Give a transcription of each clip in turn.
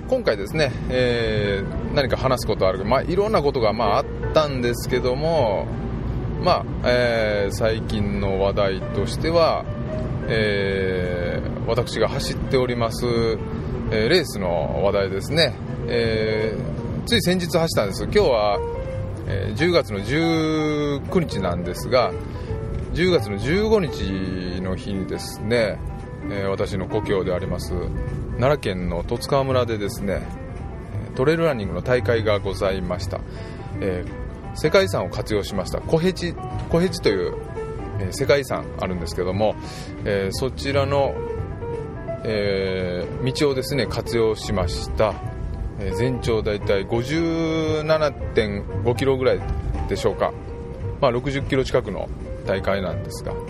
今回ですね、何か話すことある、いろんなことがあったんですけども、最近の話題としては、私が走っております、レースの話題ですね。つい先日走ったんです。今日は、10月の19日なんですが、10月の15日の日にですね、私の故郷であります奈良県の十津川村でですね、トレイルランニングの大会がございました。世界遺産を活用しました小平地という、世界遺産あるんですけども、そちらの、道をですね活用しました。全長だいたい 57.5 キロぐらいでしょうか。60キロ近くの大会なんですが、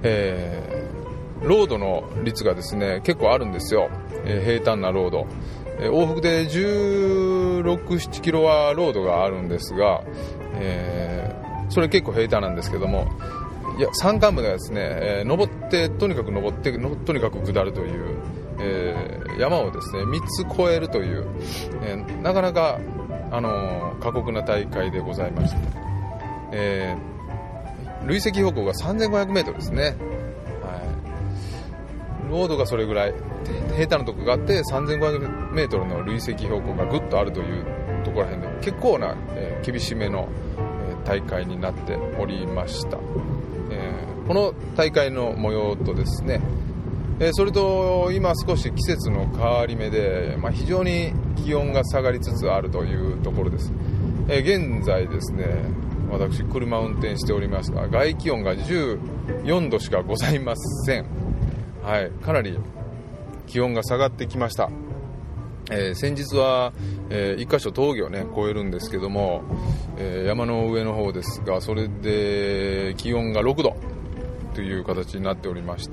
ロードの率がですね結構あるんですよ。平坦なロード、往復で16、17キロはロードがあるんですが、それ結構平坦なんですけども、山間部ではですね、とにかく登ってとにかく下るという、山をですね3つ越えるという、なかなか、過酷な大会でございました。累積標高が 3500 メートルですね。ロードがそれぐらい平坦なところがあって 3500 メートルの累積標高がぐっとあるというところら辺で結構な、厳しめの、大会になっておりました。この大会の模様とですね、それと今少し季節の変わり目で、非常に気温が下がりつつあるというところです。現在ですね、私車を運転しておりますが、外気温が14度しかございません。かなり気温が下がってきました。先日は、1箇所峠をね越えるんですけども、山の上の方ですが、それで気温が6度という形になっておりまして、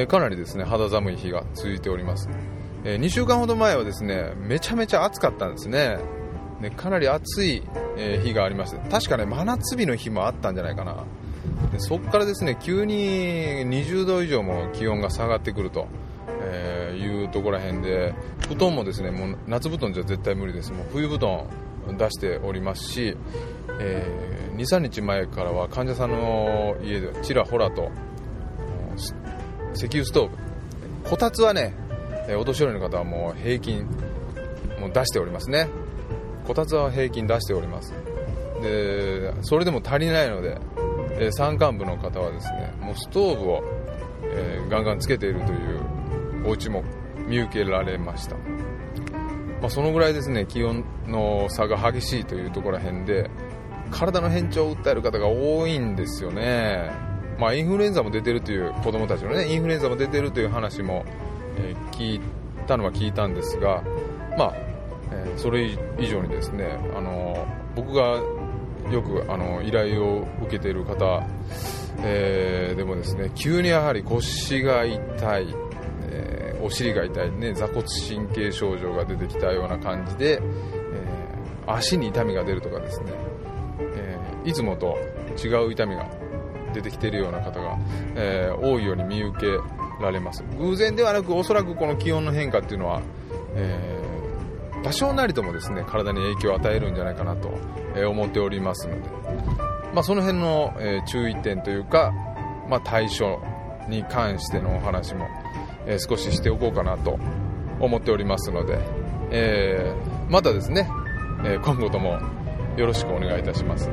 かなりですね肌寒い日が続いております。2週間ほど前はですねめちゃめちゃ暑かったんですね。かなり暑い、日がありまして、確かね真夏日の日もあったんじゃないかな。でそこからですね急に20度以上も気温が下がってくると、いうところら辺で、布団もですねもう夏布団じゃ絶対無理です。もう冬布団出しておりますし、2、3日前からは患者さんの家でちらほらと石油ストーブ、こたつはねお年寄りの方はもう平均もう出しておりますね。こたつは平均出しております。でそれでも足りないので、山間部の方はですねもうストーブを、ガンガンつけているというお家も見受けられました。そのぐらいですね気温の差が激しいというところら辺で体の変調を訴える方が多いんですよね。インフルエンザも出てるという、子供たちのねインフルエンザも出てるという話も、聞いたんですが、それ以上にですね、僕がよく依頼を受けている方、でもですね急にやはり腰が痛い、お尻が痛いね、坐骨神経症状が出てきたような感じで、足に痛みが出るとかですね、いつもと違う痛みが出てきているような方が、多いように見受けられます。偶然ではなく、おそらくこの気温の変化っていうのは、多少なりともですね体に影響を与えるんじゃないかなと、思っておりますので、その辺の、注意点というか、対処に関してのお話も、少ししておこうかなと思っておりますので、またですね、今後ともよろしくお願いいたします。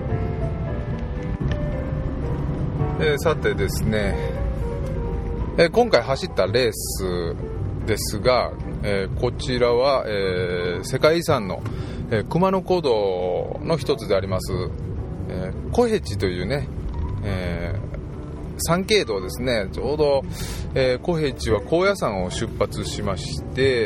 さてですね、今回走ったレースですが、こちらは、世界遺産の、熊野古道の一つであります、小平地というね、山系道ですね。ちょうど、小平地は高野山を出発しまして、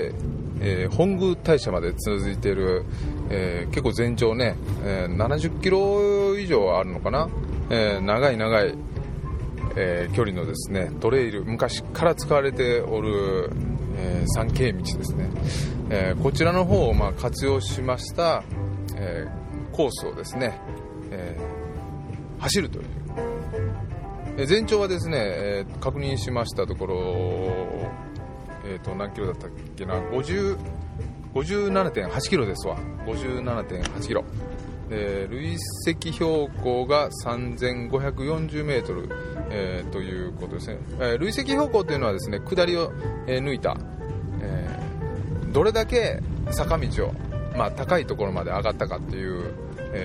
本宮大社まで続いている、結構全長ね、70キロ以上あるのかな、長い、距離のですねトレイル、昔から使われておる、山系道ですね、こちらの方を活用しました、コースをですね、走るという、全長はですね、確認しましたところ、何キロだったっけな、 57.8 キロですわ。 57.8 キロで、累積標高が3540メートル、ということですね。累積標高というのはですね、下りを、抜いた、どれだけ坂道を、高いところまで上がったかっていう、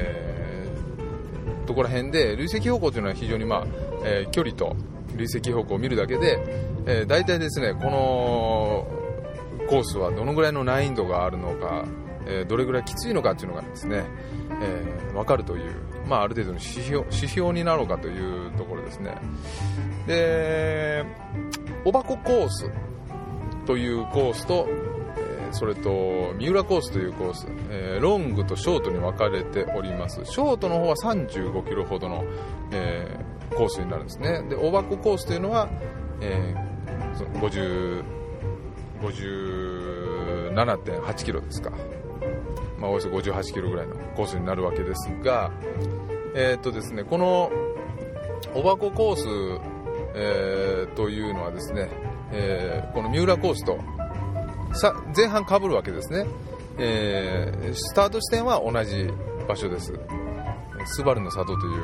ところら辺で、累積標高というのは非常に、距離と累積標高を見るだけで、大体ですね、このコースはどのぐらいの難易度があるのか、どれぐらいきついのかっていうのがですね、分かるという、ある程度の指標になろうかというところですね。で、小箱コースというコースと、それと三浦コースというコース、ロングとショートに分かれております。ショートの方は35キロほどの、コースになるんですね。で、小箱コースというのは、57.8 キロですか。およそ58キロぐらいのコースになるわけですが、ですね、この小箱コース、というのはですね、この三浦コースと前半被るわけですね。スタート地点は同じ場所です。スバルの里という、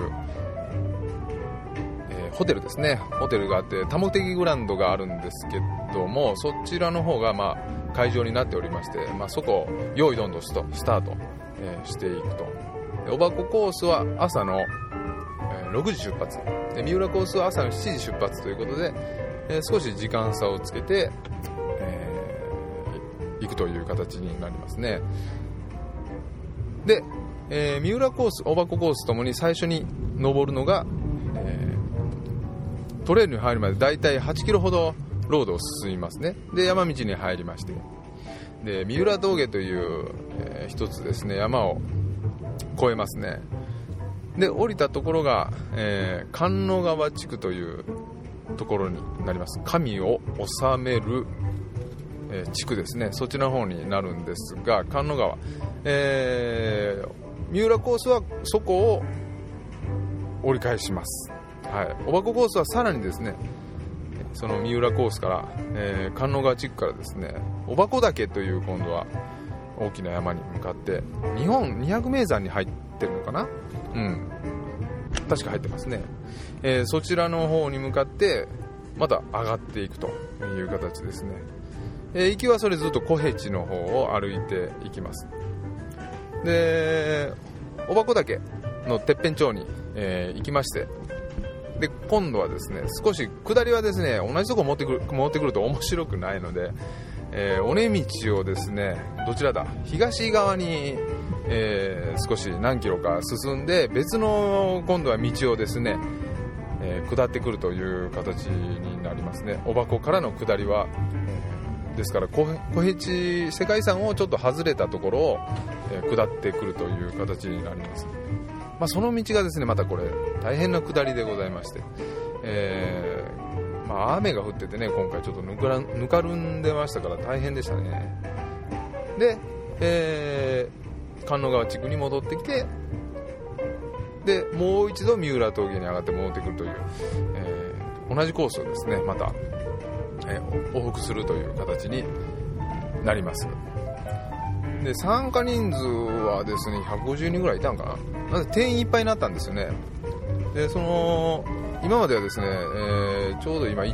ホテルですね。ホテルがあって多目的グラウンドがあるんですけども、そちらの方が会場になっておりまして、そこを用意どんどんスタート、していくと。小箱コースは朝の、6時出発で、三浦コースは朝の7時出発ということで、少し時間差をつけて、行くという形になりますね。で、三浦コース、小箱コースともに最初に登るのが、トレイルに入るまでだいたい8キロほどロードを進みますね。で、山道に入りまして、で、三浦峠という、一つですね、山を越えますね。で、降りたところが、神野川地区というところになります。神を治める、地区ですね。そちらの方になるんですが、神野川、三浦コースはそこを折り返します。はい、小箱コースはさらにですね、その三浦コースから、神野川地区からですね、小箱岳という今度は大きな山に向かって日本200名山に入ってるのかな、確か入ってますね。そちらの方に向かってまた上がっていくという形ですね。行きはそれずっと小平地の方を歩いていきます。で、小箱岳のてっぺん頂に、行きまして、で、今度はですね、少し下りはですね、同じとこ持ってくると面白くないので、尾根道をですね、どちらだ、東側に、少し何キロか進んで、別の今度は道をですね、下ってくるという形になりますね。小箱からの下りは、ですから小平地世界遺産をちょっと外れたところを、下ってくるという形になります。その道がですね、またこれ大変な下りでございまして、雨が降っててね、今回ちょっとぬかるんでましたから大変でしたね。で、神野川地区に戻ってきて、でもう一度三浦峠に上がって戻ってくるという、同じコースをですね、また、往復するという形になります。で、参加人数はですね、150人ぐらいいたんかな。なんで定員いっぱいになったんですよね。で、今まではですね、ちょうど今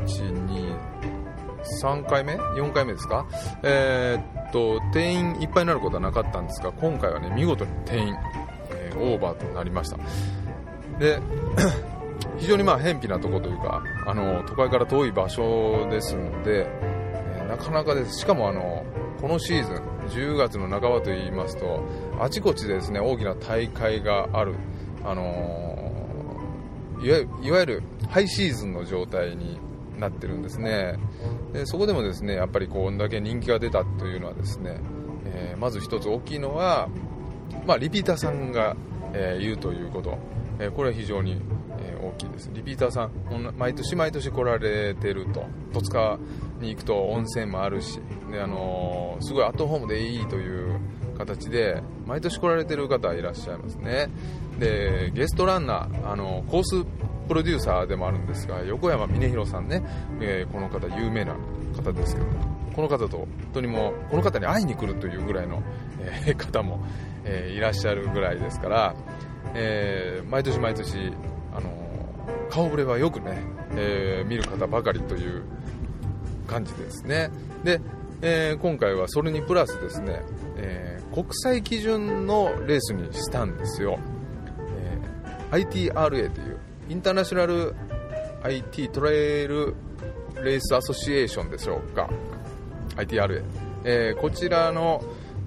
1,2,3 回目 ?4 回目ですか、定員いっぱいになることはなかったんですが、今回はね、見事に定員、オーバーとなりました。で、非常に偏僻なところというか、都会から遠い場所ですので、なかなかです。しかもこのシーズン10月の半ばといいますと、あちこちでですね、大きな大会がある、いわゆるハイシーズンの状態になってるんですね。で、そこでもですね、やっぱりこんだけ人気が出たというのはですね、まず一つ大きいのは、リピーターさんが、いるということ、これは非常に、大きいです。リピーターさん毎年毎年来られてると。戸塚に行くと温泉もあるし、ですごいアットホームでいいという形で毎年来られてる方いらっしゃいますね。でゲストランナー、コースプロデューサーでもあるんですが、横山峰弘さんね、この方有名な方ですけど、この方と本当にもうこの方に会いに来るというぐらいの、方も、いらっしゃるぐらいですから、毎年毎年顔ぶれはよくね、見る方ばかりという感じですね。で、今回はそれにプラスですね、国際基準のレースにしたんですよ。ITRA というインターナショナル IT トレイルレースアソシエーションでしょうか、 ITRA、こちらの、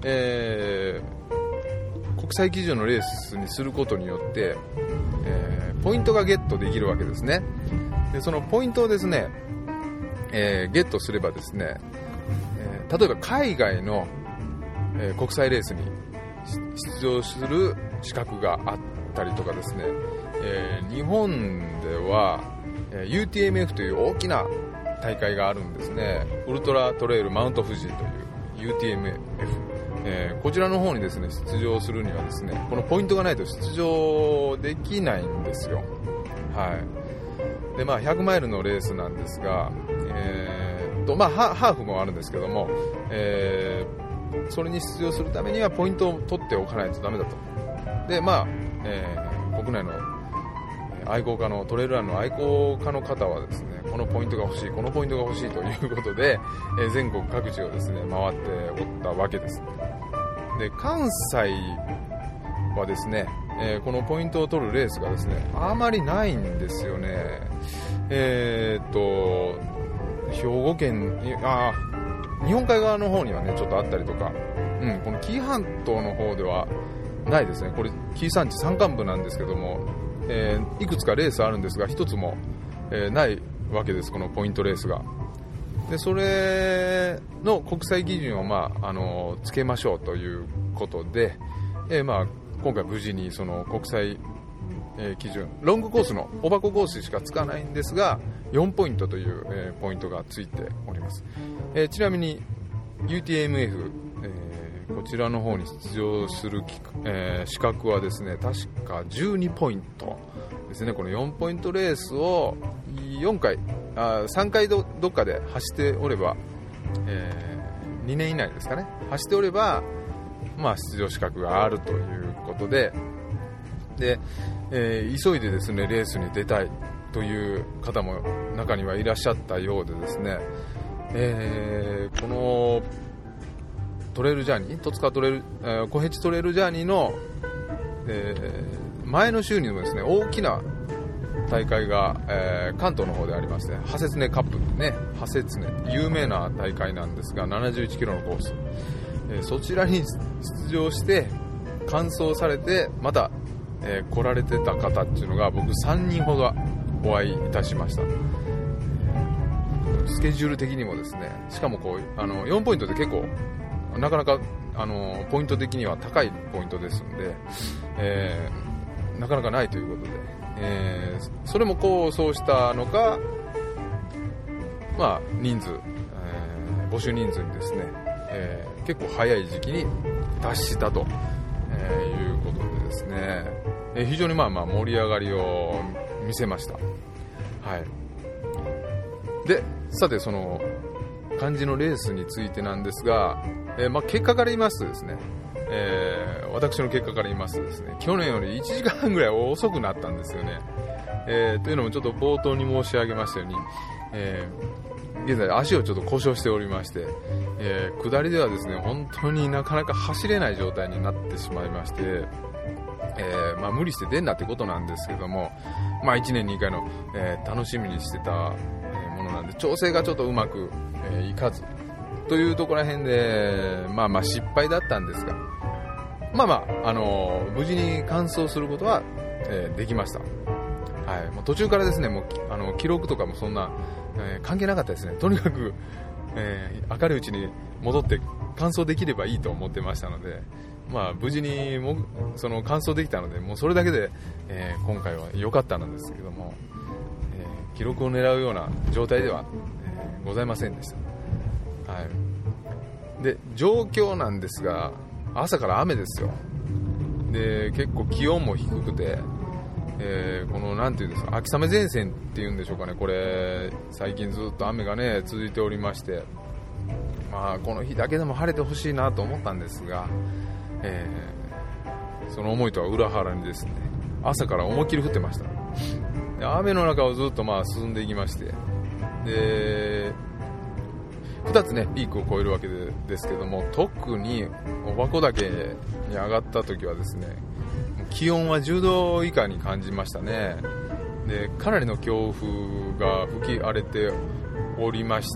国際基準のレースにすることによって、ポイントがゲットできるわけですね。でそのポイントをですね、ゲットすればですね、例えば海外の、国際レースに出場する資格があったりとかですね、日本では、UTMF という大きな大会があるんですね。ウルトラトレイルマウント富士という UTMF、こちらの方にですね出場するにはですね、このポイントがないと出場できないんですよ。はい。で100マイルのレースなんですが、ハーフもあるんですけども、それに出場するためにはポイントを取っておかないとダメだと。で国内の愛好家のトレイルランの愛好家の方はですね、このポイントが欲しい、このポイントが欲しいということで、全国各地をですね回っておったわけです。で関西はですね、このポイントを取るレースがですねあまりないんですよね。兵庫県日本海側の方にはねちょっとあったりとか、この紀伊半島の方ではないですね。これ紀伊山地山間部なんですけども、いくつかレースあるんですが一つも、ないわけです、このポイントレースが。でそれの国際基準をつけましょうということで、今回無事にその国際、基準、ロングコースの小箱コースしかつかないんですが4ポイントという、ポイントがついております。ちなみに UTMF、こちらの方に出場する、資格はですね確か12ポイントですね。この4ポイントレースを3回どっかで走っておれば、2年以内ですかね、走っておれば、出場資格があるということで、急いでですねレースに出たいという方も中にはいらっしゃったようでですね、このトレイルジャーニー、戸塚トレイル、小辺トレイルジャーニーの、前の週にもですね大きな大会が、関東の方でありまして、ハセツネカップね、ハセツネ有名な大会なんですが71キロのコース、そちらに出場して完走されてまた、来られてた方っていうのが僕3人ほどお会いいたしました。スケジュール的にもですね、しかも4ポイントで結構なかなかポイント的には高いポイントですので、なかなかないということで、それもそうしたのか、人数、募集人数にですね、結構早い時期に達したと、いうことでですね、非常に盛り上がりを見せました。はい。で、さてその漢字のレースについてなんですが、結果から言いますとですね、私の結果から言いますとですね、去年より1時間半ぐらい遅くなったんですよね。というのもちょっと冒頭に申し上げましたように、現在足をちょっと故障しておりまして、下りではですね本当になかなか走れない状態になってしまいまして、無理して出んなってことなんですけども、1年に1回の、楽しみにしてた、ものなんで調整がちょっとうまく、いかずというところら辺で失敗だったんですが、無事に完走することは、できました。はい、もう途中からですねもう記録とかもそんな、関係なかったですね。とにかく、明るいうちに戻って完走できればいいと思ってましたので、無事にその完走できたのでもうそれだけで、今回は良かったのですけども、記録を狙うような状態では、ございませんでした。はい、で状況なんですが、 朝から雨ですよ。で結構気温も低くて、このなんていうんですか、秋雨前線っていうんでしょうかね、これ最近ずっと雨がね続いておりまして、この日だけでも晴れてほしいなと思ったんですが、その思いとは裏腹にですね、朝から思いっきり降ってました。で雨の中をずっと進んでいきまして、で2つねピークを越えるわけですけども、特に小箱岳に上がった時はですね、気温は10度以下に感じましたね。でかなりの強風が吹き荒れておりまして、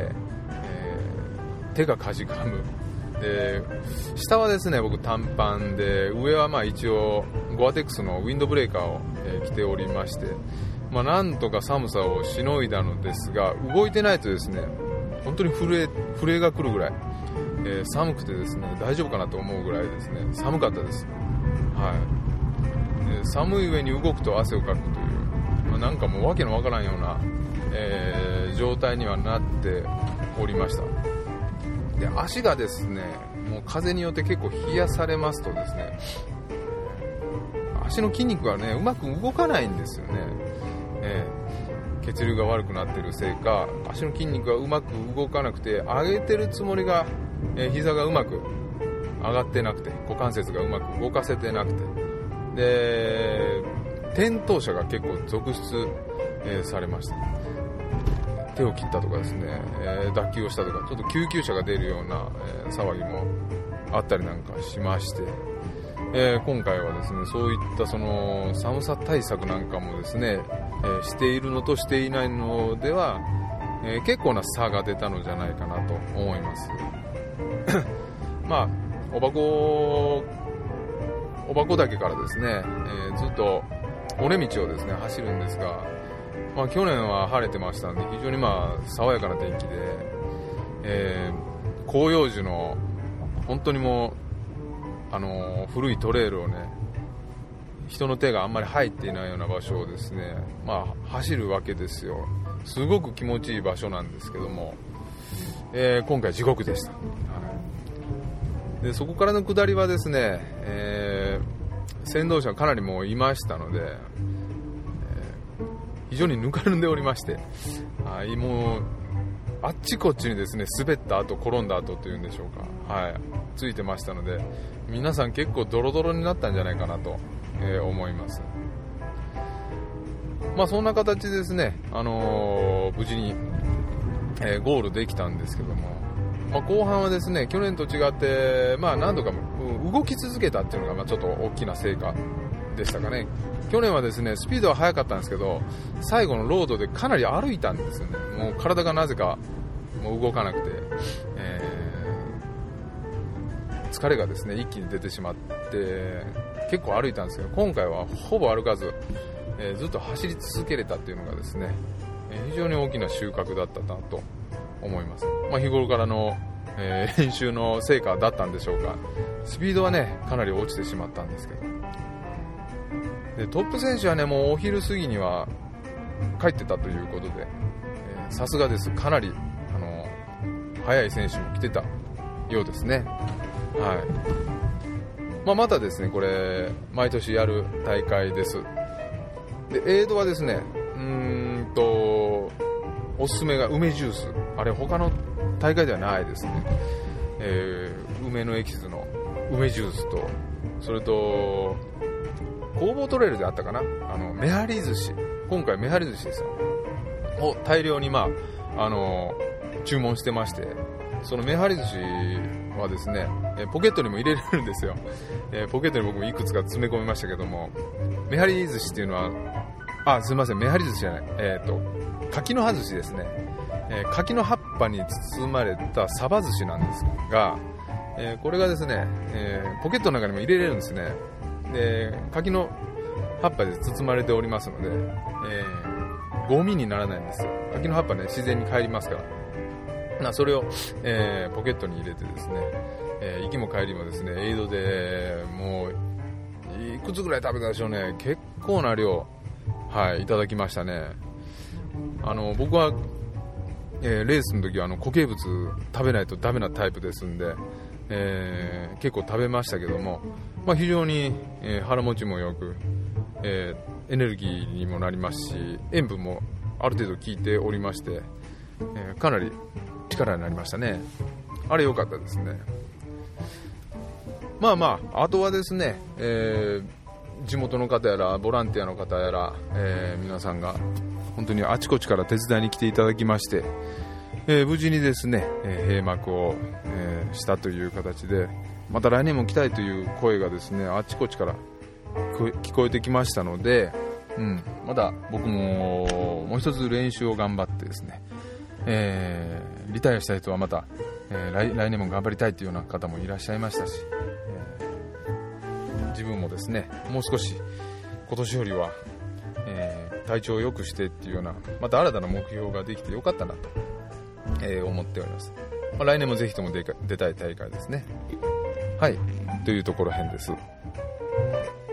手がかじかむ。で下はですね僕短パンで、上は一応ゴアテックスのウィンドブレーカーを、着ておりまして、なんとか寒さをしのいだのですが、動いてないとですね本当に震えが来るぐらい、寒くてですね大丈夫かなと思うぐらいですね寒かったです。で寒い上に動くと汗をかくという、なんかもうわけのわからんような、状態にはなっておりました。で足がですねもう風によって結構冷やされますとですね、足の筋肉がねうまく動かないんですよね。血流が悪くなっているせいか、足の筋肉がうまく動かなくて、上げてるつもりが、膝がうまく上がってなくて、股関節がうまく動かせてなくて、で転倒者が結構続出、されました。手を切ったとかですね、脱臼をしたとか、ちょっと救急車が出るような、騒ぎもあったりなんかしまして、今回はですねそういったその寒さ対策なんかもですね、しているのとしていないのでは、結構な差が出たのじゃないかなと思います。お箱岳からですね、ずっと尾根道をですね走るんですが、去年は晴れてましたんで非常に爽やかな天気で、広葉樹の本当にもう古いトレイルをね、人の手があんまり入っていないような場所をですね、走るわけですよ。すごく気持ちいい場所なんですけども、今回地獄でした。でそこからの下りはですね、先導者かなりもういましたので、非常にぬかるんでおりまして、もうあっちこっちにですね滑った後転んだ後というんでしょうか、ついてましたので、皆さん結構ドロドロになったんじゃないかなと、思います。そんな形でですね、無事に、ゴールできたんですけども、後半はですね去年と違って、何度か動き続けたっていうのがちょっと大きな成果でしたかね。去年はですねスピードは速かったんですけど、最後のロードでかなり歩いたんですよね。もう体がなぜかもう動かなくて、疲れがですね一気に出てしまって結構歩いたんですけど、今回はほぼ歩かず、ずっと走り続けれたっていうのがですね、非常に大きな収穫だったなと思います。日頃からの、練習の成果だったんでしょうか。スピードはねかなり落ちてしまったんですけど、でトップ選手はねもうお昼過ぎには帰ってたということで、さすがです。かなり速い選手も来てたようですね。またですねこれ毎年やる大会です。でエイドはですねおすすめが梅ジュース、あれ他の大会ではないですね。梅のエキスの梅ジュースと、それと工房トレイルであったかな、めはり寿司、今回めはり寿司ですよを大量に注文してまして、そのめはり寿司はですねポケットにも入れれるんですよ。ポケットに僕もいくつか詰め込みましたけども、めはり寿司っていうのはすいません、めはり寿司じゃない、柿の葉寿司ですね。柿の葉っぱに包まれたサバ寿司なんですが、これがですね、ポケットの中にも入れれるんですね。で柿の葉っぱで包まれておりますので、ゴミにならないんですよ。柿の葉っぱね自然に帰りますから、それを、ポケットに入れてですね、行きも帰りもですねエイドでもういくつぐらい食べたでしょうね。結構な量いただきましたね。僕は、レースの時は固形物食べないとダメなタイプですんで、 結構食べましたけども、非常に、腹持ちもよく、エネルギーにもなりますし、塩分もある程度効いておりまして、かなり力になりましたね。あれ良かったですね。あとはですね、地元の方やらボランティアの方やら、皆さんが本当にあちこちから手伝いに来ていただきまして、無事にですね、閉幕を、したという形で、また来年も来たいという声がですね、あちこちから聞こえてきましたので、まだ僕ももう一つ練習を頑張ってですね、リタイアした人はまた、来年も頑張りたいというような方もいらっしゃいましたし、自分もですね、もう少し今年よりは、体調を良くしてっていうような、また新たな目標ができてよかったなと、思っております。来年もぜひとも出たい大会ですね。はい、というところへんです。